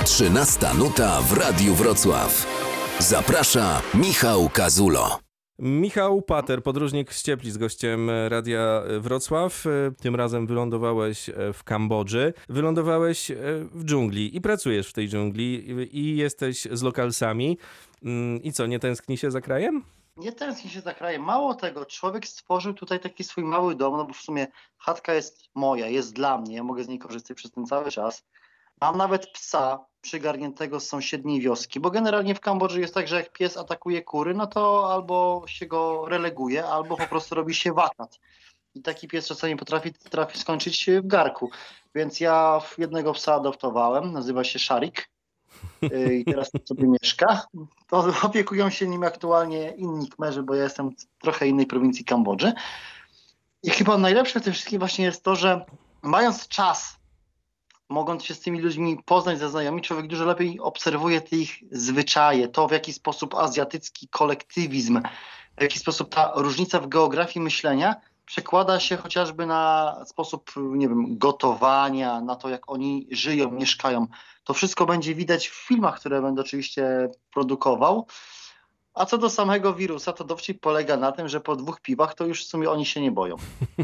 13 nuta w Radiu Wrocław. Zaprasza Michał Kazulo. Michał Pater, podróżnik z Cieplic, gościem Radia Wrocław. Tym razem wylądowałeś w Kambodży. Wylądowałeś w dżungli i pracujesz w tej dżungli i jesteś z lokalsami. I co, nie tęskni się za krajem? Nie tęskni się za krajem. Mało tego, człowiek stworzył tutaj taki swój mały dom, no bo w sumie chatka jest moja, jest dla mnie, ja mogę z niej korzystać przez ten cały czas. Mam nawet psa przygarniętego z sąsiedniej wioski, bo generalnie w Kambodży jest tak, że jak pies atakuje kury, no to albo się go releguje, albo po prostu robi się wakat. I taki pies czasami potrafi skończyć w garku. Więc ja jednego psa adoptowałem, nazywa się Szarik i teraz sobie mieszka. To opiekują się nim aktualnie inni Kmerzy, bo ja jestem w trochę innej prowincji Kambodży. I chyba najlepsze w tym wszystkim właśnie jest to, że mając czas, mogąc się z tymi ludźmi poznać, zaznajomić, człowiek dużo lepiej obserwuje te ich zwyczaje, to w jaki sposób azjatycki kolektywizm, w jaki sposób ta różnica w geografii myślenia przekłada się chociażby na sposób, nie wiem, gotowania, na to, jak oni żyją, mieszkają. To wszystko będzie widać w filmach, które będę oczywiście produkował. A co do samego wirusa, to dowcip polega na tym, że po 2 piwach to już w sumie oni się nie boją.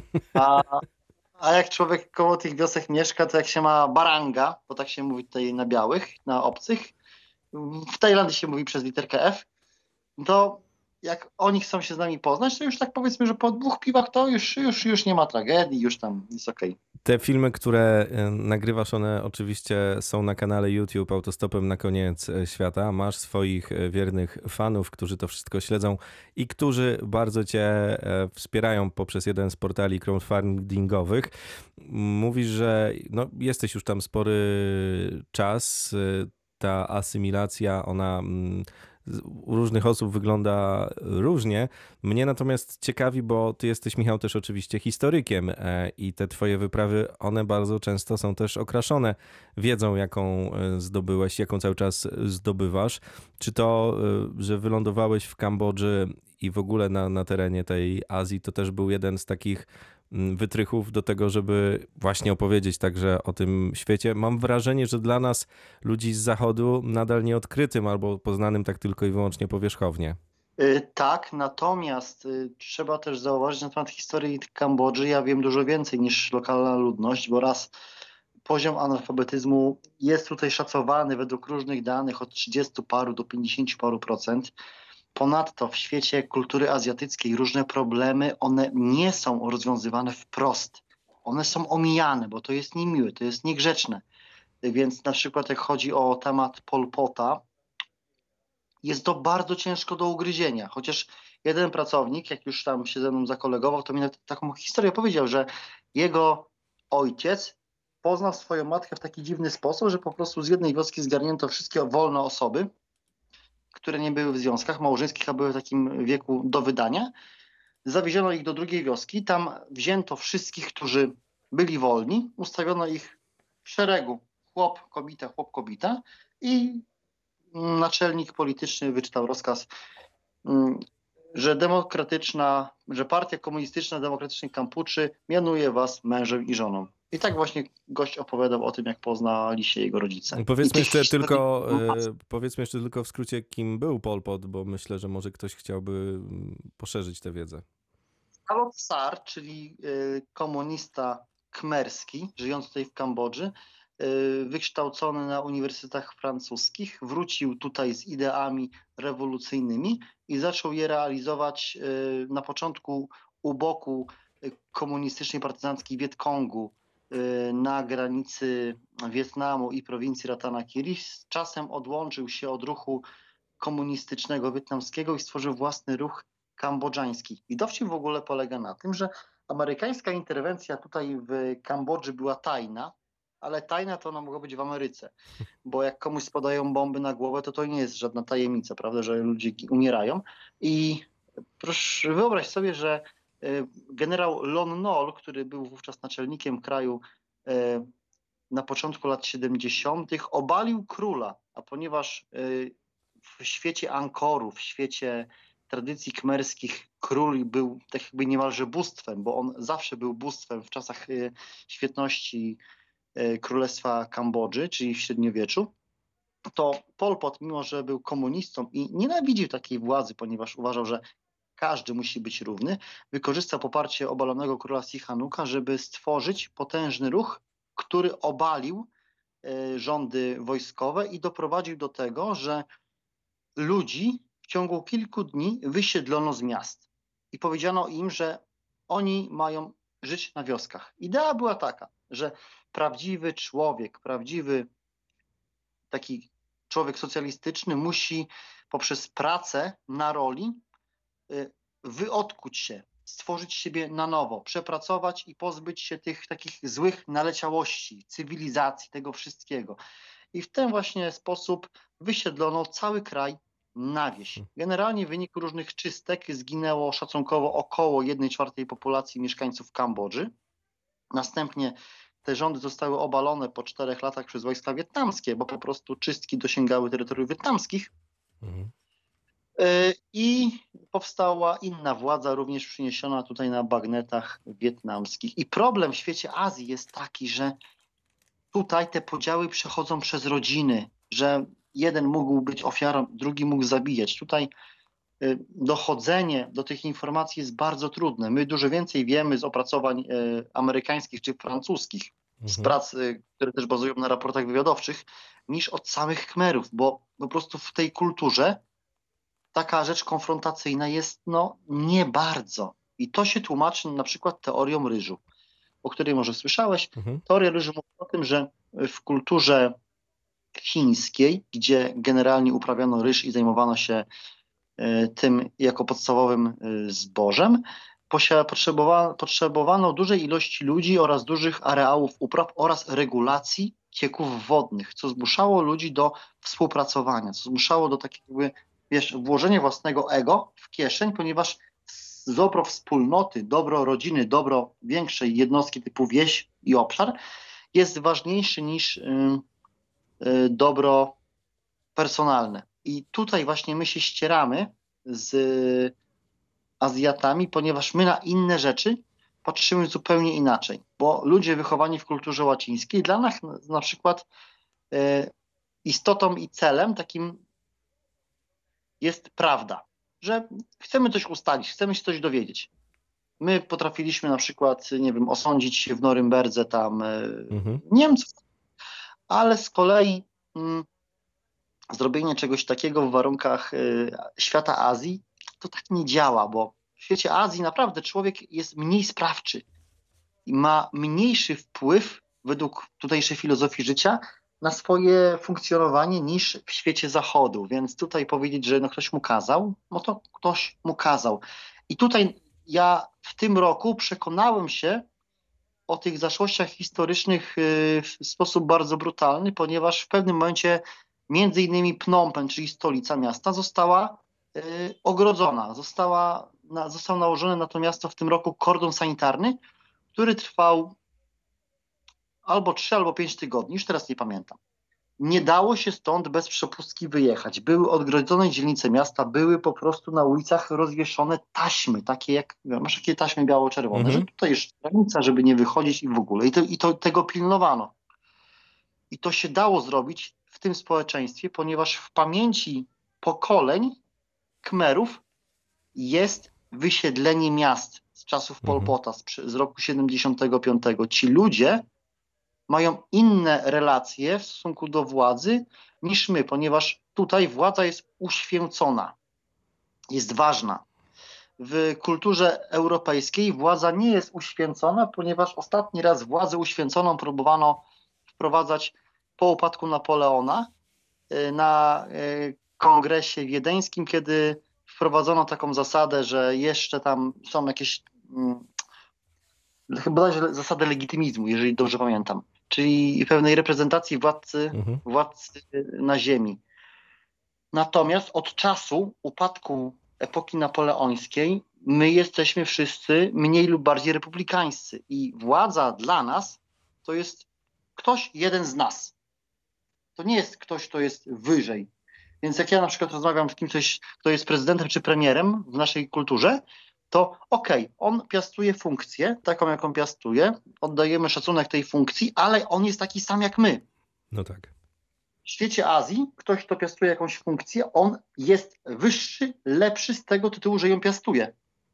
A jak człowiek koło tych wiosek mieszka, to jak się ma baranga, bo tak się mówi tutaj na białych, na obcych, w Tajlandii się mówi przez literkę F, to jak oni chcą się z nami poznać, to już tak powiedzmy, że po 2 piwach to już nie ma tragedii, już tam jest okej. Te filmy, które nagrywasz, one oczywiście są na kanale YouTube Autostopem na koniec świata. Masz swoich wiernych fanów, którzy to wszystko śledzą i którzy bardzo cię wspierają poprzez jeden z portali crowdfundingowych. Mówisz, że jesteś już tam spory czas. Ta asymilacja, ona u różnych osób wygląda różnie. Mnie natomiast ciekawi, bo ty jesteś, Michał, też oczywiście historykiem i te twoje wyprawy, one bardzo często są też okraszone wiedzą, jaką zdobyłeś, jaką cały czas zdobywasz. Czy to, że wylądowałeś w Kambodży i w ogóle na terenie tej Azji, to też był jeden z takich wytrychów do tego, żeby właśnie opowiedzieć także o tym świecie. Mam wrażenie, że dla nas, ludzi z zachodu, nadal nieodkrytym albo poznanym tak tylko i wyłącznie powierzchownie. Tak, natomiast trzeba też zauważyć na temat historii Kambodży, ja wiem dużo więcej niż lokalna ludność, bo raz poziom analfabetyzmu jest tutaj szacowany według różnych danych od 30 paru do 50 paru procent. Ponadto w świecie kultury azjatyckiej różne problemy, one nie są rozwiązywane wprost. One są omijane, bo to jest niemiłe, to jest niegrzeczne. Więc na przykład jak chodzi o temat Pol Pota, jest to bardzo ciężko do ugryzienia. Chociaż jeden pracownik, jak już tam się ze mną zakolegował, to mi taką historię powiedział, że jego ojciec poznał swoją matkę w taki dziwny sposób, że po prostu z jednej wioski zgarnięto wszystkie wolne osoby, które nie były w związkach małżeńskich, a były w takim wieku do wydania. Zawieziono ich do drugiej wioski, tam wzięto wszystkich, którzy byli wolni, ustawiono ich w szeregu chłop, kobieta i naczelnik polityczny wyczytał rozkaz, że Partia Komunistyczna Demokratycznej Kampuczy mianuje was mężem i żoną. I tak właśnie gość opowiadał o tym, jak poznali się jego rodzice. Powiedzmy jeszcze tylko w skrócie, kim był Pol Pot, bo myślę, że może ktoś chciałby poszerzyć tę wiedzę. Alot Sar, czyli komunista kmerski, żyjący tutaj w Kambodży, wykształcony na uniwersytetach francuskich, wrócił tutaj z ideami rewolucyjnymi i zaczął je realizować na początku u boku komunistycznej partyzanckiej Wietkongu na granicy Wietnamu i prowincji Ratanakiri. Z czasem odłączył się od ruchu komunistycznego wietnamskiego i stworzył własny ruch kambodżański. I dowcip w ogóle polega na tym, że amerykańska interwencja tutaj w Kambodży była tajna, ale tajna to ona mogła być w Ameryce, bo jak komuś spadają bomby na głowę, to nie jest żadna tajemnica, prawda, że ludzie umierają. I proszę wyobraź sobie, że generał Lon Nol, który był wówczas naczelnikiem kraju na początku lat 70., obalił króla, a ponieważ w świecie Angkoru, w świecie tradycji kmerskich król był tak jakby niemalże bóstwem, bo on zawsze był bóstwem w czasach świetności Królestwa Kambodży, czyli w średniowieczu. to Pol Pot, mimo że był komunistą i nienawidził takiej władzy, ponieważ uważał, że każdy musi być równy, wykorzystał poparcie obalonego króla Sihanouk'a, żeby stworzyć potężny ruch, który obalił rządy wojskowe i doprowadził do tego, że ludzi w ciągu kilku dni wysiedlono z miast i powiedziano im, że oni mają żyć na wioskach. Idea była taka, że prawdziwy człowiek, prawdziwy taki człowiek socjalistyczny musi poprzez pracę na roli wyodkuć się, stworzyć siebie na nowo, przepracować i pozbyć się tych takich złych naleciałości, cywilizacji, tego wszystkiego. I w ten właśnie sposób wysiedlono cały kraj na wieś. Generalnie w wyniku różnych czystek zginęło szacunkowo około 1/4 populacji mieszkańców Kambodży. Następnie te rządy zostały obalone po 4 latach przez wojska wietnamskie, bo po prostu czystki dosięgały terytoriów wietnamskich. I powstała inna władza, również przyniesiona tutaj na bagnetach wietnamskich. I problem w świecie Azji jest taki, że tutaj te podziały przechodzą przez rodziny, że jeden mógł być ofiarą, drugi mógł zabijać. Tutaj dochodzenie do tych informacji jest bardzo trudne. My dużo więcej wiemy z opracowań amerykańskich czy francuskich, z prac, które też bazują na raportach wywiadowczych, niż od samych Khmerów, bo po prostu w tej kulturze taka rzecz konfrontacyjna jest nie bardzo. I to się tłumaczy na przykład teorią ryżu, o której może słyszałeś. Teoria ryżu mówi o tym, że w kulturze chińskiej, gdzie generalnie uprawiano ryż i zajmowano się tym jako podstawowym zbożem, potrzebowano dużej ilości ludzi oraz dużych areałów upraw oraz regulacji cieków wodnych, co zmuszało ludzi do współpracowania, co zmuszało do takiego włożenia własnego ego w kieszeń, ponieważ dobro wspólnoty, dobro rodziny, dobro większej jednostki typu wieś i obszar jest ważniejszy niż dobro personalne. I tutaj właśnie my się ścieramy z Azjatami, ponieważ my na inne rzeczy patrzymy zupełnie inaczej. Bo ludzie wychowani w kulturze łacińskiej, dla nas na przykład istotą i celem takim jest prawda, że chcemy coś ustalić, chcemy się coś dowiedzieć. My potrafiliśmy na przykład, nie wiem, osądzić w Norymberdze tam Niemców, ale z kolei zrobienie czegoś takiego w warunkach świata Azji, to tak nie działa, bo w świecie Azji naprawdę człowiek jest mniej sprawczy i ma mniejszy wpływ, według tutejszej filozofii życia, na swoje funkcjonowanie niż w świecie Zachodu. Więc tutaj powiedzieć, że ktoś mu kazał, to ktoś mu kazał. I tutaj ja w tym roku przekonałem się o tych zaszłościach historycznych w sposób bardzo brutalny, ponieważ w pewnym momencie między innymi Phnom Penh, czyli stolica miasta, została ogrodzona. Został nałożony na to miasto w tym roku kordon sanitarny, który trwał albo 3, albo 5 tygodni, już teraz nie pamiętam. Nie dało się stąd bez przepustki wyjechać. Były odgrodzone dzielnice miasta, były po prostu na ulicach rozwieszone taśmy, takie jak, masz takie taśmy biało-czerwone, że tutaj jest granica, żeby nie wychodzić i w ogóle. I tego pilnowano. I to się dało zrobić w tym społeczeństwie, ponieważ w pamięci pokoleń Khmerów jest wysiedlenie miast z czasów Pol Pota, z roku 75. Ci ludzie mają inne relacje w stosunku do władzy niż my, ponieważ tutaj władza jest uświęcona, jest ważna. W kulturze europejskiej władza nie jest uświęcona, ponieważ ostatni raz władzę uświęconą próbowano wprowadzać po upadku Napoleona na kongresie wiedeńskim, kiedy wprowadzono taką zasadę, że jeszcze tam są jakieś chyba zasady legitymizmu, jeżeli dobrze pamiętam, czyli pewnej reprezentacji władcy na ziemi. Natomiast od czasu upadku epoki napoleońskiej my jesteśmy wszyscy mniej lub bardziej republikańscy i władza dla nas to jest ktoś jeden z nas. To nie jest ktoś, kto jest wyżej. Więc jak ja na przykład rozmawiam z kimś, kto jest prezydentem czy premierem w naszej kulturze, to on piastuje funkcję, taką jaką piastuje, oddajemy szacunek tej funkcji, ale on jest taki sam jak my. No tak. w świecie Azji ktoś, kto piastuje jakąś funkcję, on jest wyższy, lepszy z tego tytułu, że ją piastuje.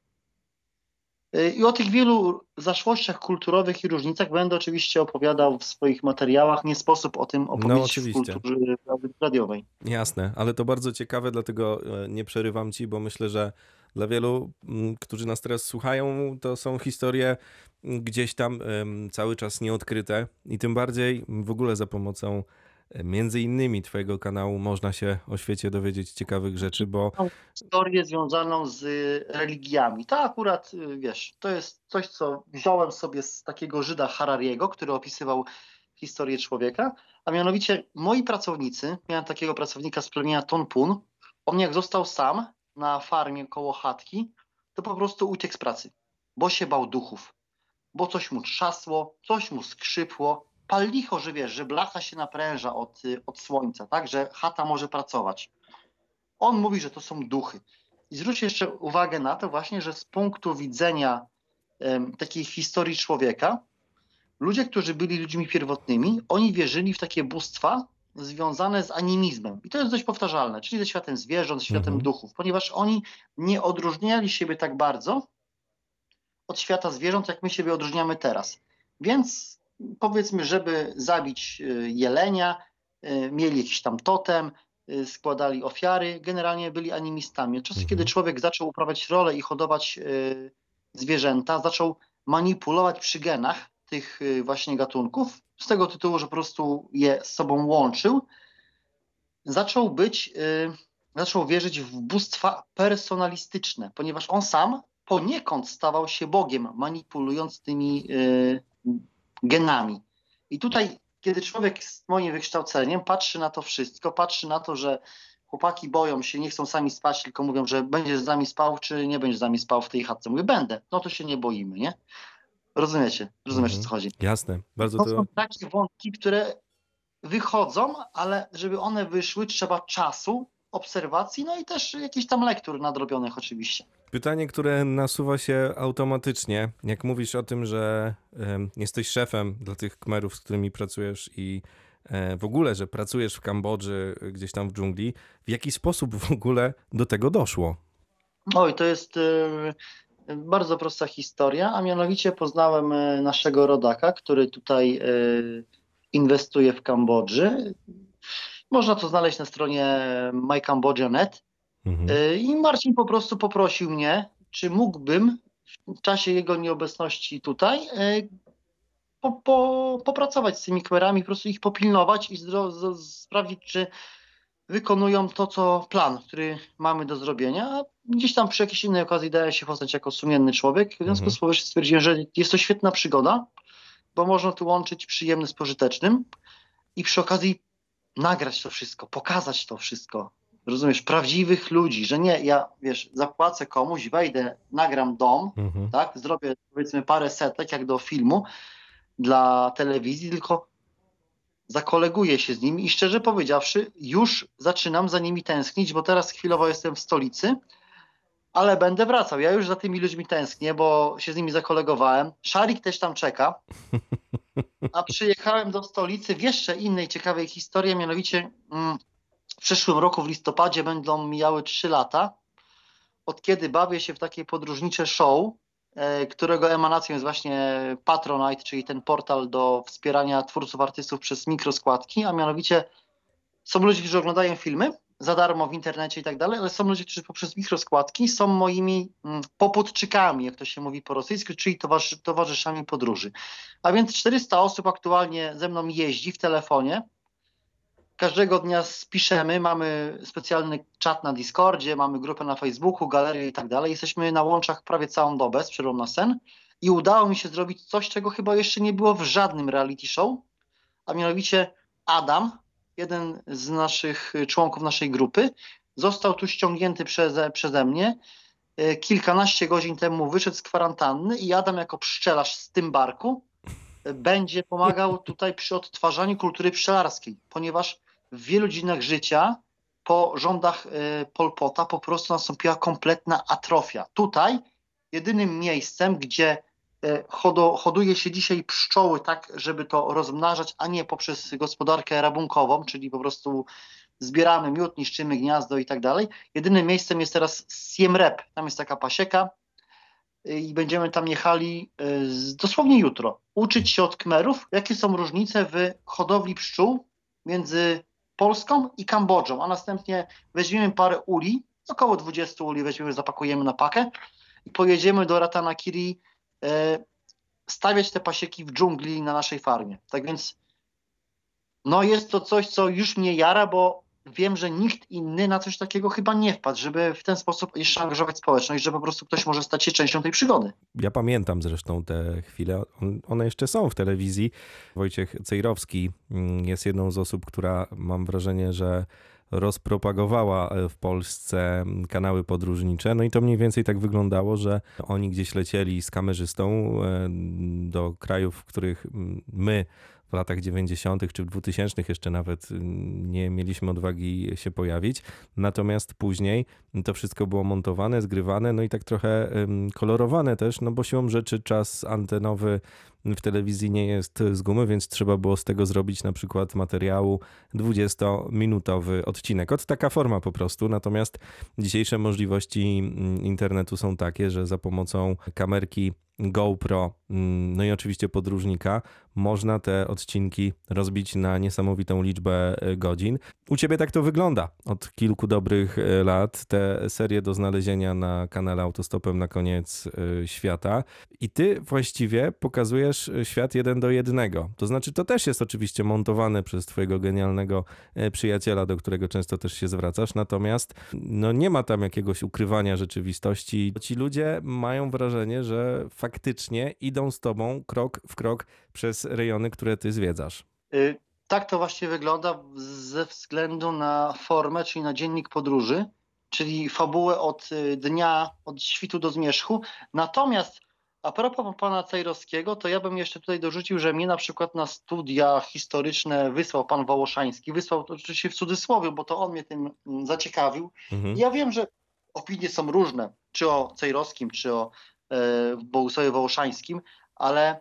I o tych wielu zaszłościach kulturowych i różnicach będę oczywiście opowiadał w swoich materiałach. Nie sposób o tym opowiedzieć w oczywiście. kulturze radiowej. Jasne, ale to bardzo ciekawe, dlatego nie przerywam ci, bo myślę, że dla wielu, którzy nas teraz słuchają, to są historie gdzieś tam cały czas nieodkryte i tym bardziej w ogóle za pomocą między innymi twojego kanału można się o świecie dowiedzieć ciekawych rzeczy, bo Historię związaną z religiami. To akurat, wiesz, to jest coś, co wziąłem sobie z takiego Żyda Harariego, który opisywał historię człowieka, a mianowicie moi pracownicy, miałem takiego pracownika z plemienia Tonpun, on jak został sam na farmie koło chatki, to po prostu uciekł z pracy, bo się bał duchów, bo coś mu trzasło, coś mu skrzypło, pal licho, że wiesz, że blacha się napręża od słońca, tak, że chata może pracować. On mówi, że to są duchy. I zwróć jeszcze uwagę na to właśnie, że z punktu widzenia takiej historii człowieka, ludzie, którzy byli ludźmi pierwotnymi, oni wierzyli w takie bóstwa związane z animizmem. I to jest dość powtarzalne, czyli ze światem zwierząt, światem duchów, ponieważ oni nie odróżniali siebie tak bardzo od świata zwierząt, jak my siebie odróżniamy teraz. Więc powiedzmy, żeby zabić jelenia, mieli jakiś tam totem, składali ofiary, generalnie byli animistami. Od czasu, kiedy człowiek zaczął uprawiać rolę i hodować zwierzęta, zaczął manipulować przy genach tych właśnie gatunków, z tego tytułu, że po prostu je z sobą łączył, zaczął wierzyć w bóstwa personalistyczne, ponieważ on sam poniekąd stawał się Bogiem, manipulując tymi genami. I tutaj, kiedy człowiek z moim wykształceniem patrzy na to wszystko, patrzy na to, że chłopaki boją się, nie chcą sami spać, tylko mówią, że będziesz z nami spał, czy nie będziesz z nami spał w tej chatce. Mówię, będę. No to się nie boimy, nie? Rozumiecie? Rozumiesz, o co chodzi? Jasne. Bardzo To są takie wątki, które wychodzą, ale żeby one wyszły, trzeba czasu, obserwacji, no i też jakichś tam lektur nadrobionych oczywiście. Pytanie, które nasuwa się automatycznie, jak mówisz o tym, że jesteś szefem dla tych Khmerów, z którymi pracujesz i w ogóle, że pracujesz w Kambodży, gdzieś tam w dżungli, w jaki sposób w ogóle do tego doszło? Oj, to jest bardzo prosta historia, a mianowicie poznałem naszego rodaka, który tutaj inwestuje w Kambodży. Można to znaleźć na stronie mycambodgia.net. I Marcin po prostu poprosił mnie, czy mógłbym w czasie jego nieobecności tutaj popracować z tymi Khmerami, po prostu ich popilnować i sprawdzić, czy wykonują to, co plan, który mamy do zrobienia. A gdzieś tam przy jakiejś innej okazji daje się poznać jako sumienny człowiek. W związku z tym stwierdziłem, że jest to świetna przygoda, bo można tu łączyć przyjemne z pożytecznym i przy okazji nagrać to wszystko, pokazać to wszystko. Rozumiesz, prawdziwych ludzi, że nie, ja, wiesz, zapłacę komuś, wejdę, nagram dom, tak, zrobię, powiedzmy, parę setek, jak do filmu dla telewizji, tylko zakoleguję się z nimi i szczerze powiedziawszy, już zaczynam za nimi tęsknić, bo teraz chwilowo jestem w stolicy, ale będę wracał. Ja już za tymi ludźmi tęsknię, bo się z nimi zakolegowałem. Szarik też tam czeka, a przyjechałem do stolicy w jeszcze innej ciekawej historii, mianowicie w przyszłym roku w listopadzie będą mijały 3 lata, od kiedy bawię się w takie podróżnicze show, którego emanacją jest właśnie Patronite, czyli ten portal do wspierania twórców, artystów przez mikroskładki, a mianowicie są ludzie, którzy oglądają filmy za darmo w internecie i tak dalej, ale są ludzie, którzy poprzez mikroskładki są moimi poputczykami, jak to się mówi po rosyjsku, czyli towarzyszami podróży. A więc 400 osób aktualnie ze mną jeździ w telefonie. Każdego dnia spiszemy, mamy specjalny czat na Discordzie, mamy grupę na Facebooku, galerię i tak dalej. Jesteśmy na łączach prawie całą dobę z przerwą na sen i udało mi się zrobić coś, czego chyba jeszcze nie było w żadnym reality show, a mianowicie Adam, jeden z naszych członków naszej grupy, został tu ściągnięty przeze mnie. Kilkanaście godzin temu wyszedł z kwarantanny i Adam jako pszczelarz z tym barku będzie pomagał tutaj przy odtwarzaniu kultury pszczelarskiej, ponieważ w wielu dziedzinach życia po rządach Pol Pota po prostu nastąpiła kompletna atrofia. Tutaj jedynym miejscem, gdzie hoduje się dzisiaj pszczoły tak, żeby to rozmnażać, a nie poprzez gospodarkę rabunkową, czyli po prostu zbieramy miód, niszczymy gniazdo i tak dalej. Jedynym miejscem jest teraz Siem Reap. Tam jest taka pasieka i będziemy tam jechali dosłownie jutro. Uczyć się od Kmerów, jakie są różnice w hodowli pszczół między Polską i Kambodżą, a następnie weźmiemy parę uli, około 20 uli weźmiemy, zapakujemy na pakę i pojedziemy do Ratanakiri stawiać te pasieki w dżungli na naszej farmie. Tak więc no jest to coś, co już mnie jara, bo wiem, że nikt inny na coś takiego chyba nie wpadł, żeby w ten sposób jeszcze angażować społeczność, że po prostu ktoś może stać się częścią tej przygody. Ja pamiętam zresztą te chwile, one jeszcze są w telewizji. Wojciech Cejrowski jest jedną z osób, która mam wrażenie, że rozpropagowała w Polsce kanały podróżnicze. No i to mniej więcej tak wyglądało, że oni gdzieś lecieli z kamerzystą do krajów, w których my w latach 90. czy w 2000 jeszcze nawet nie mieliśmy odwagi się pojawić. Natomiast później to wszystko było montowane, zgrywane, no i tak trochę kolorowane też, no bo siłą rzeczy czas antenowy w telewizji nie jest z gumy, więc trzeba było z tego zrobić na przykład materiału 20-minutowy odcinek. Taka forma po prostu. Natomiast dzisiejsze możliwości internetu są takie, że za pomocą kamerki GoPro, no i oczywiście podróżnika, można te odcinki rozbić na niesamowitą liczbę godzin. U ciebie tak to wygląda od kilku dobrych lat. Te serie do znalezienia na kanale Autostopem na koniec świata. I ty właściwie pokazujesz świat 1:1. To znaczy, to też jest oczywiście montowane przez twojego genialnego przyjaciela, do którego często też się zwracasz. Natomiast no nie ma tam jakiegoś ukrywania rzeczywistości. Ci ludzie mają wrażenie, że faktycznie idą z tobą krok w krok przez rejony, które ty zwiedzasz. Tak to właśnie wygląda ze względu na formę, czyli na dziennik podróży, czyli fabułę od dnia, od świtu do zmierzchu. Natomiast a propos pana Cejrowskiego, to ja bym jeszcze tutaj dorzucił, że mnie na przykład na studia historyczne wysłał pan Wołoszański. Wysłał to oczywiście w cudzysłowie, bo to on mnie tym zaciekawił. Ja wiem, że opinie są różne, czy o Cejrowskim, czy o Bogusławie Wołoszańskim, ale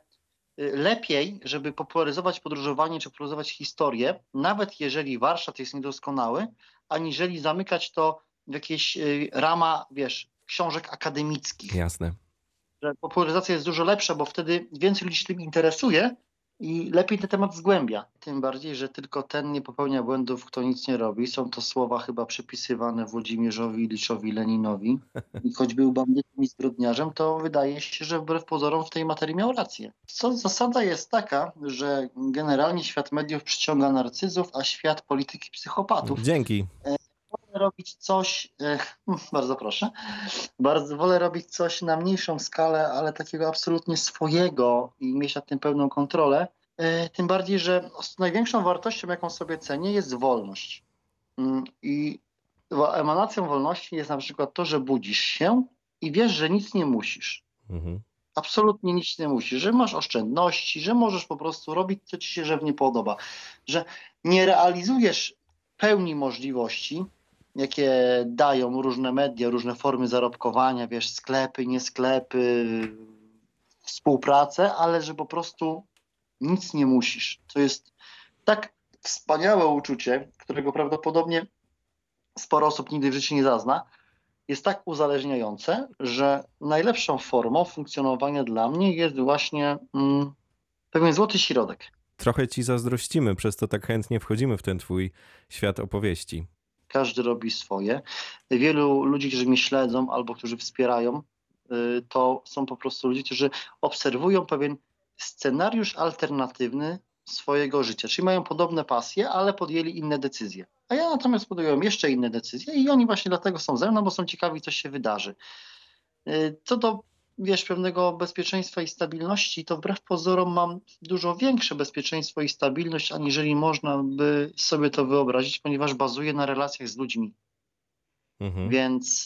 lepiej, żeby popularyzować podróżowanie czy popularyzować historię, nawet jeżeli warsztat jest niedoskonały, aniżeli zamykać to w jakieś rama, wiesz, książek akademickich. Jasne. Że popularyzacja jest dużo lepsza, bo wtedy więcej ludzi się tym interesuje i lepiej ten temat zgłębia. Tym bardziej, że tylko ten nie popełnia błędów, kto nic nie robi. Są to słowa chyba przypisywane Włodzimierzowi Iliczowi Leninowi. I choć był bandytą i zbrodniarzem, to wydaje się, że wbrew pozorom w tej materii miał rację. Zasada jest taka, że generalnie świat mediów przyciąga narcyzów, a świat polityki psychopatów. Dzięki. Wolę robić coś, bardzo proszę, wolę robić coś na mniejszą skalę, ale takiego absolutnie swojego i mieć nad tym pełną kontrolę. Tym bardziej, że największą wartością, jaką sobie cenię, jest wolność. I emanacją wolności jest na przykład to, że budzisz się i wiesz, że nic nie musisz. Absolutnie nic nie musisz, że masz oszczędności, że możesz po prostu robić, co ci się żywnie podoba, że nie realizujesz pełni możliwości, jakie dają różne media, różne formy zarobkowania, wiesz, sklepy, nie sklepy, współpracę, ale że po prostu nic nie musisz. To jest tak wspaniałe uczucie, którego prawdopodobnie sporo osób nigdy w życiu nie zazna. Jest tak uzależniające, że najlepszą formą funkcjonowania dla mnie jest właśnie pewien złoty środek. Trochę ci zazdrościmy, przez to tak chętnie wchodzimy w ten twój świat opowieści. Każdy robi swoje. Wielu ludzi, którzy mnie śledzą albo którzy wspierają, to są po prostu ludzie, którzy obserwują pewien scenariusz alternatywny swojego życia. Czyli mają podobne pasje, ale podjęli inne decyzje. A ja natomiast podjąłem jeszcze inne decyzje i oni właśnie dlatego są ze mną, bo są ciekawi, co się wydarzy. Co do pewnego bezpieczeństwa i stabilności, to wbrew pozorom mam dużo większe bezpieczeństwo i stabilność, aniżeli można by sobie to wyobrazić, ponieważ bazuję na relacjach z ludźmi. Więc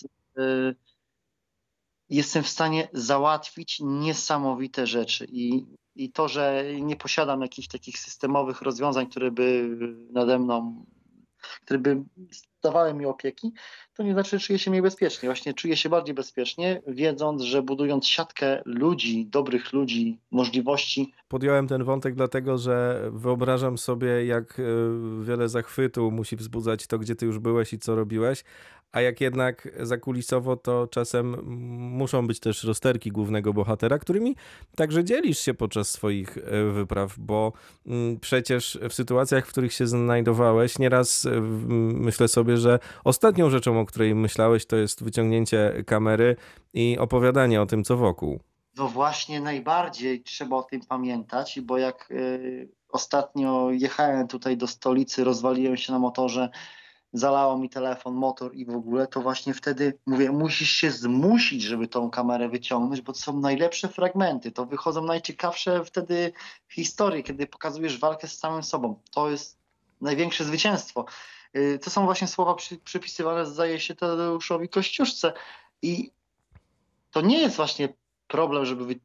jestem w stanie załatwić niesamowite rzeczy i to, że nie posiadam jakichś takich systemowych rozwiązań, które by nade mną, które by oddawałem mi opieki, to nie znaczy, że czuję się mniej bezpiecznie. Właśnie czuję się bardziej bezpiecznie, wiedząc, że budując siatkę ludzi, dobrych ludzi, możliwości. Podjąłem ten wątek dlatego, że wyobrażam sobie, jak wiele zachwytu musi wzbudzać to, gdzie ty już byłeś i co robiłeś, a jak jednak zakulisowo to czasem muszą być też rozterki głównego bohatera, którymi także dzielisz się podczas swoich wypraw, bo przecież w sytuacjach, w których się znajdowałeś, nieraz myślę sobie, że ostatnią rzeczą, o której myślałeś, to jest wyciągnięcie kamery i opowiadanie o tym, co wokół. No właśnie najbardziej trzeba o tym pamiętać, bo jak ostatnio jechałem tutaj do stolicy, rozwaliłem się na motorze, zalało mi telefon, motor i w ogóle, to właśnie wtedy mówię, musisz się zmusić, żeby tą kamerę wyciągnąć, bo to są najlepsze fragmenty, to wychodzą najciekawsze wtedy historie, kiedy pokazujesz walkę z samym sobą. To jest największe zwycięstwo. To są właśnie słowa przypisywane, zdaje się, Tadeuszowi Kościuszce i to nie jest właśnie problem,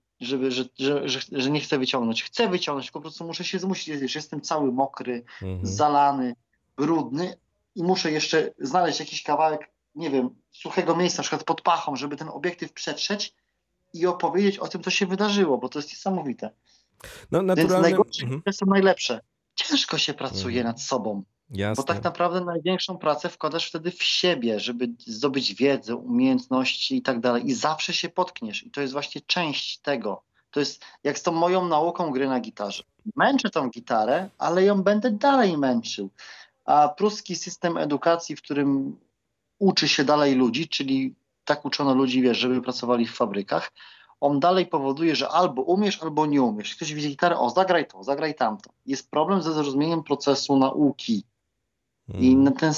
że nie chcę wyciągnąć. Chcę wyciągnąć, po prostu muszę się zmusić. Jestem cały mokry, zalany, brudny i muszę jeszcze znaleźć jakiś kawałek, nie wiem, suchego miejsca, na przykład pod pachą, żeby ten obiektyw przetrzeć i opowiedzieć o tym, co się wydarzyło, bo to jest niesamowite. No, Więc najgorsze są najlepsze. Ciężko się pracuje nad sobą. Jasne. Bo tak naprawdę największą pracę wkładasz wtedy w siebie, żeby zdobyć wiedzę, umiejętności i tak dalej. I zawsze się potkniesz. I to jest właśnie część tego. To jest jak z tą moją nauką gry na gitarze. Męczę tą gitarę, ale ją będę dalej męczył. A pruski system edukacji, w którym uczy się dalej ludzi, czyli tak uczono ludzi, wiesz, żeby pracowali w fabrykach, on dalej powoduje, że albo umiesz, albo nie umiesz. Ktoś widzi gitarę, o zagraj to, zagraj tamto. Jest problem ze zrozumieniem procesu nauki. I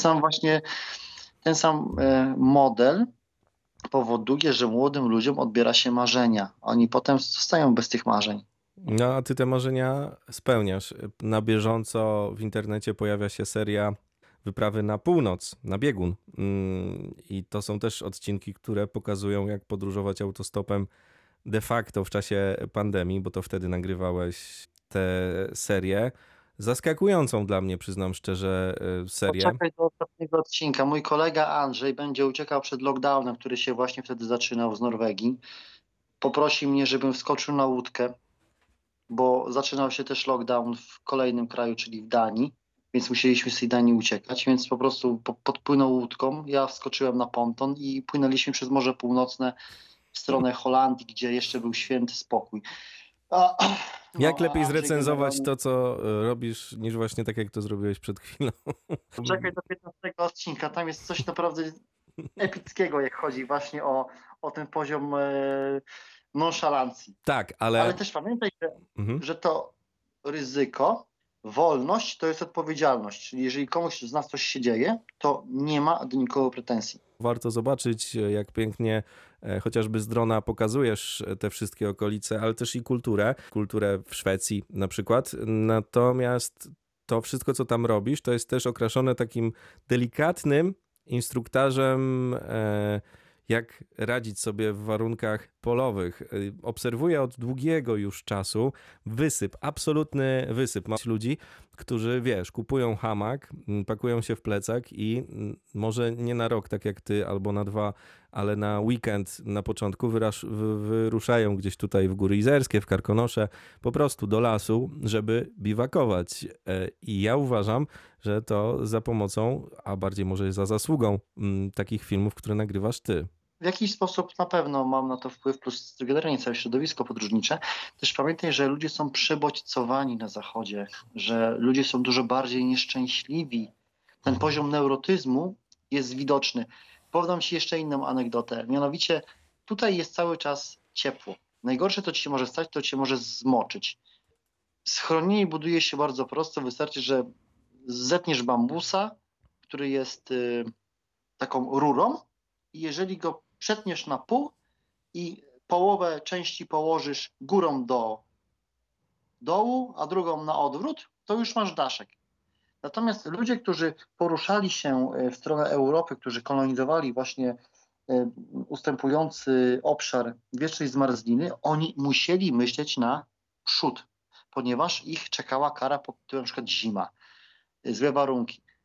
ten sam model powoduje, że młodym ludziom odbiera się marzenia. Oni potem zostają bez tych marzeń. No, a ty te marzenia spełniasz. Na bieżąco w internecie pojawia się seria Wyprawy na północ, na biegun. I to są też odcinki, które pokazują, jak podróżować autostopem de facto w czasie pandemii, bo to wtedy nagrywałeś tę serię. Zaskakującą dla mnie, przyznam szczerze, serię. Poczekaj do ostatniego odcinka. Mój kolega Andrzej będzie uciekał przed lockdownem, który się właśnie wtedy zaczynał z Norwegii. Poprosi mnie, żebym wskoczył na łódkę, bo zaczynał się też lockdown w kolejnym kraju, czyli w Danii, więc musieliśmy z tej Danii uciekać, więc po prostu podpłynął łódką, ja wskoczyłem na ponton i płynęliśmy przez Morze Północne w stronę Holandii, gdzie jeszcze był święty spokój. Jak lepiej zrecenzować to, co robisz, niż właśnie tak, jak to zrobiłeś przed chwilą? Czekaj do 15 odcinka, tam jest coś naprawdę epickiego, jak chodzi właśnie o ten poziom nonszalancji. Tak, ale też pamiętaj, że to ryzyko, wolność to jest odpowiedzialność. Czyli jeżeli komuś z nas coś się dzieje, to nie ma do nikogo pretensji. Warto zobaczyć, jak pięknie chociażby z drona pokazujesz te wszystkie okolice, ale też i kulturę w Szwecji na przykład. Natomiast to wszystko, co tam robisz, to jest też okraszone takim delikatnym instruktażem, jak radzić sobie w warunkach polowych. Obserwuję od długiego już czasu wysyp, absolutny wysyp. Masz ludzi, którzy, wiesz, kupują hamak, pakują się w plecak i może nie na rok, tak jak ty, albo na 2, ale na weekend na początku wyruszają gdzieś tutaj w Góry Izerskie, w Karkonosze, po prostu do lasu, żeby biwakować. I ja uważam, że to za pomocą, a bardziej może za zasługą takich filmów, które nagrywasz ty. W jakiś sposób na pewno mam na to wpływ, plus generalnie całe środowisko podróżnicze. Też pamiętaj, że ludzie są przebodźcowani na zachodzie, że ludzie są dużo bardziej nieszczęśliwi. Ten poziom neurotyzmu jest widoczny. Powiem ci jeszcze inną anegdotę. Mianowicie tutaj jest cały czas ciepło. Najgorsze, co ci się może stać, to cię może zmoczyć. Schronienie buduje się bardzo prosto. Wystarczy, że zetniesz bambusa, który jest taką rurą, i jeżeli go przetniesz na pół i połowę części położysz górą do dołu, a drugą na odwrót, to już masz daszek. Natomiast ludzie, którzy poruszali się w stronę Europy, którzy kolonizowali właśnie ustępujący obszar wiecznej zmarzliny, oni musieli myśleć na przód, ponieważ ich czekała kara pod tytułem na przykład zima, złe warunki.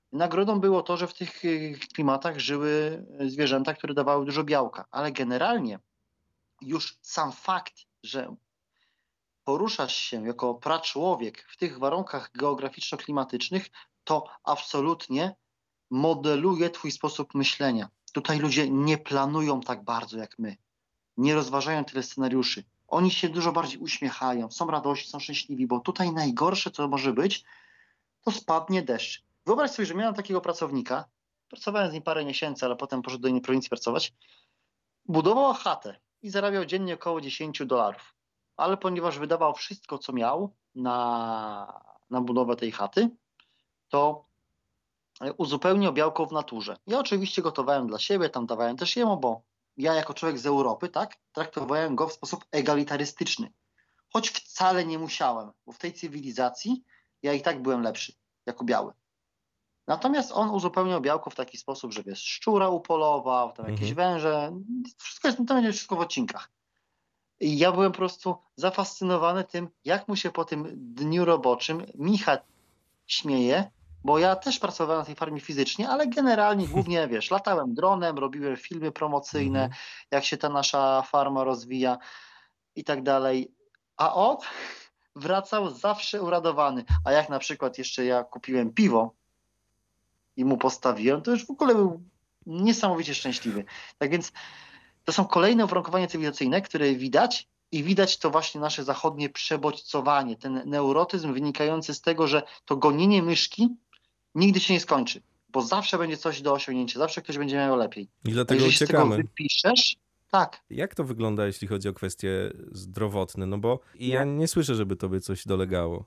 Nagrodą było to, że w tych klimatach żyły zwierzęta, które dawały dużo białka, ale generalnie już sam fakt, że poruszasz się jako praczłowiek w tych warunkach geograficzno-klimatycznych, to absolutnie modeluje twój sposób myślenia. Tutaj ludzie nie planują tak bardzo jak my. Nie rozważają tyle scenariuszy. Oni się dużo bardziej uśmiechają, są radości, są szczęśliwi, bo tutaj najgorsze, co może być, to spadnie deszcz. Wyobraź sobie, że miałem takiego pracownika, pracowałem z nim parę miesięcy, ale potem poszedł do innej prowincji pracować, budował chatę i zarabiał dziennie około $10. Ale ponieważ wydawał wszystko, co miał na budowę tej chaty, to uzupełniał białko w naturze. Ja oczywiście gotowałem dla siebie, tam dawałem też jemu, bo ja jako człowiek z Europy, tak, traktowałem go w sposób egalitarystyczny. Choć wcale nie musiałem, bo w tej cywilizacji ja i tak byłem lepszy, jako biały. Natomiast on uzupełniał białko w taki sposób, że wiesz, szczura upolował, tam jakieś węże, to będzie wszystko w odcinkach. I ja byłem po prostu zafascynowany tym, jak mu się po tym dniu roboczym Micha śmieje, bo ja też pracowałem na tej farmie fizycznie, ale generalnie głównie, wiesz, latałem dronem, robiłem filmy promocyjne, jak się ta nasza farma rozwija i tak dalej. A on wracał zawsze uradowany. A jak na przykład jeszcze ja kupiłem piwo i mu postawiłem, to już w ogóle był niesamowicie szczęśliwy. Tak więc to są kolejne uwarunkowania cywilizacyjne, które widać i widać to właśnie nasze zachodnie przebodźcowanie, ten neurotyzm wynikający z tego, że to gonienie myszki nigdy się nie skończy, bo zawsze będzie coś do osiągnięcia, zawsze ktoś będzie miał lepiej. I dlatego jeżeli się z tego uciekamy. wypiszesz, tak. Jak to wygląda, jeśli chodzi o kwestie zdrowotne? No bo ja nie słyszę, żeby tobie coś dolegało.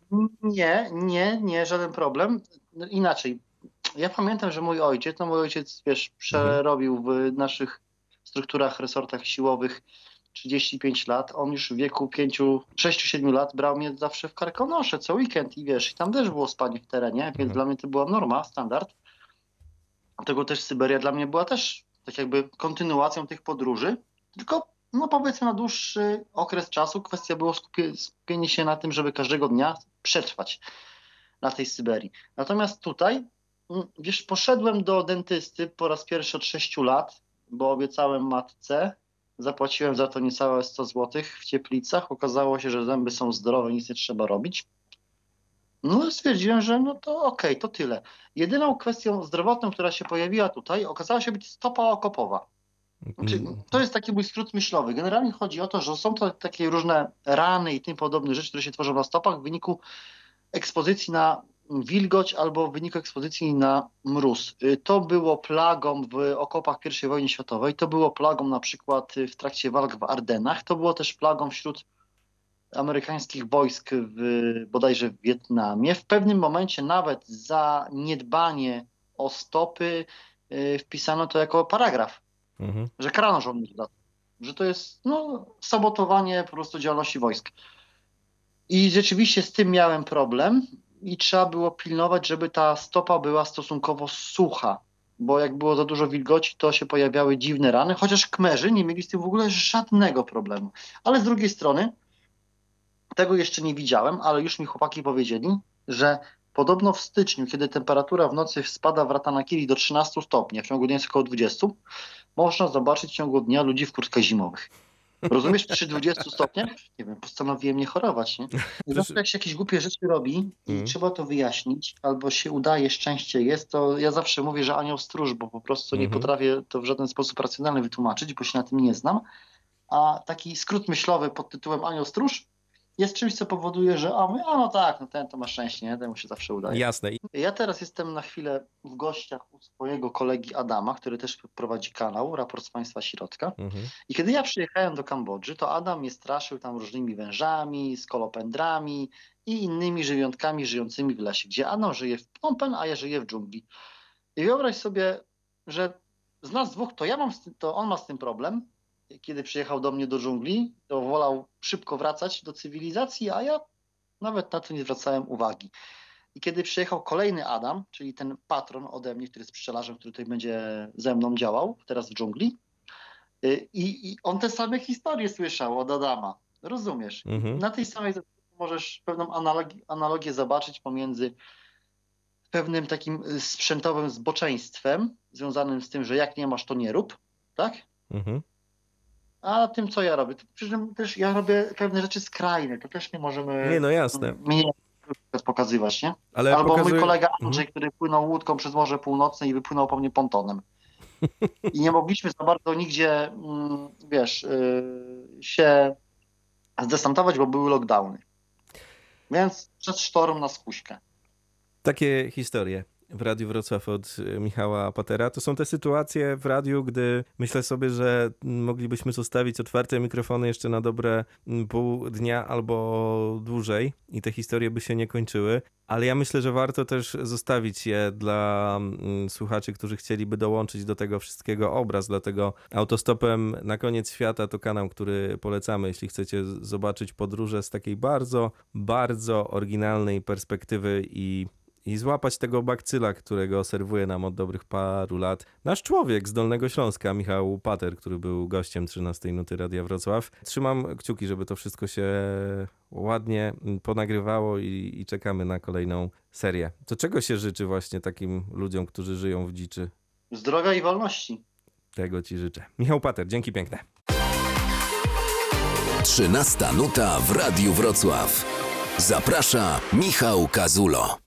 Nie, żaden problem. No, inaczej. Ja pamiętam, że mój ojciec, wiesz, przerobił w naszych strukturach, resortach siłowych 35 lat. On już w wieku 6-7 lat brał mnie zawsze w Karkonosze co weekend i wiesz, i tam też było spanie w terenie, więc dla mnie to była norma, standard. Dlatego też Syberia dla mnie była też tak jakby kontynuacją tych podróży, tylko no powiedzmy na dłuższy okres czasu kwestia było skupienie się na tym, żeby każdego dnia przetrwać na tej Syberii. Natomiast tutaj, wiesz, poszedłem do dentysty po raz pierwszy od 6 lat, bo obiecałem matce, zapłaciłem za to niecałe 100 zł w Cieplicach, okazało się, że zęby są zdrowe, nic nie trzeba robić. No stwierdziłem, że no to okej, to tyle. Jedyną kwestią zdrowotną, która się pojawiła tutaj, okazała się być stopa okopowa. Znaczy, to jest taki mój skrót myślowy. Generalnie chodzi o to, że są to takie różne rany i tym podobne rzeczy, które się tworzą na stopach w wyniku ekspozycji na wilgoć albo w wyniku ekspozycji na mróz. To było plagą w okopach I wojny światowej, to było plagą na przykład w trakcie walk w Ardennach, to było też plagą wśród amerykańskich wojsk bodajże w Wietnamie. W pewnym momencie nawet za niedbanie o stopy wpisano to jako paragraf, że karano żołnierzy za to, że to jest sabotowanie po prostu działalności wojsk. I rzeczywiście z tym miałem problem i trzeba było pilnować, żeby ta stopa była stosunkowo sucha, bo jak było za dużo wilgoci, to się pojawiały dziwne rany, chociaż Kmerzy nie mieli z tym w ogóle żadnego problemu. Ale z drugiej strony, tego jeszcze nie widziałem, ale już mi chłopaki powiedzieli, że podobno w styczniu, kiedy temperatura w nocy spada w Ratanakiri do 13 stopni, a w ciągu dnia jest około 20, można zobaczyć w ciągu dnia ludzi w kurtkach zimowych. Rozumiesz, przy 20 stopniach? Nie wiem, postanowiłem nie chorować, nie? Zawsze jak się jakieś głupie rzeczy robi i trzeba to wyjaśnić, albo się udaje, szczęście jest, to ja zawsze mówię, że anioł stróż, bo po prostu nie potrafię to w żaden sposób racjonalny wytłumaczyć, bo się na tym nie znam. A taki skrót myślowy pod tytułem anioł stróż jest czymś, co powoduje, że no tak, no ten to ma szczęście, nie? Temu się zawsze udaje. Jasne. Ja teraz jestem na chwilę w gościach u swojego kolegi Adama, który też prowadzi kanał Raport z Państwa Środka. I kiedy ja przyjechałem do Kambodży, to Adam mnie straszył tam różnymi wężami, skolopendrami i innymi żyjątkami żyjącymi w lesie, gdzie Adam żyje w Phnom Penh, a ja żyję w dżungli. I wyobraź sobie, że z nas dwóch, to on ma z tym problem. Kiedy przyjechał do mnie do dżungli, to wolał szybko wracać do cywilizacji, a ja nawet na to nie zwracałem uwagi. I kiedy przyjechał kolejny Adam, czyli ten patron ode mnie, który jest pszczelarzem, który tutaj będzie ze mną działał, teraz w dżungli, i on te same historie słyszał od Adama. Rozumiesz? Na tej samej możesz pewną analogię zobaczyć pomiędzy pewnym takim sprzętowym zboczeństwem, związanym z tym, że jak nie masz, to nie rób, tak? Mhm. A tym, co ja robię, to przy czym też ja robię pewne rzeczy skrajne, to też nie możemy Nie, no jasne. mnie pokazywać, nie? Ale Albo mój pokazuje- kolega Andrzej, Mhm. który płynął łódką przez Morze Północne i wypłynął po mnie pontonem. I nie mogliśmy za bardzo nigdzie, się zdesantować, bo były lockdowny. Więc przez sztorm na skuśkę. Takie historie w Radiu Wrocław od Michała Patera. To są te sytuacje w radiu, gdy myślę sobie, że moglibyśmy zostawić otwarte mikrofony jeszcze na dobre pół dnia albo dłużej i te historie by się nie kończyły. Ale ja myślę, że warto też zostawić je dla słuchaczy, którzy chcieliby dołączyć do tego wszystkiego obraz. Dlatego Autostopem na koniec świata to kanał, który polecamy, jeśli chcecie zobaczyć podróże z takiej bardzo, bardzo oryginalnej perspektywy i złapać tego bakcyla, którego serwuje nam od dobrych paru lat nasz człowiek z Dolnego Śląska, Michał Pater, który był gościem 13 Nuty Radia Wrocław. Trzymam kciuki, żeby to wszystko się ładnie ponagrywało i czekamy na kolejną serię. To czego się życzy właśnie takim ludziom, którzy żyją w dziczy? Zdrowia i wolności. Tego ci życzę. Michał Pater, dzięki piękne. 13 nuta w Radiu Wrocław. Zaprasza Michał Kazulo.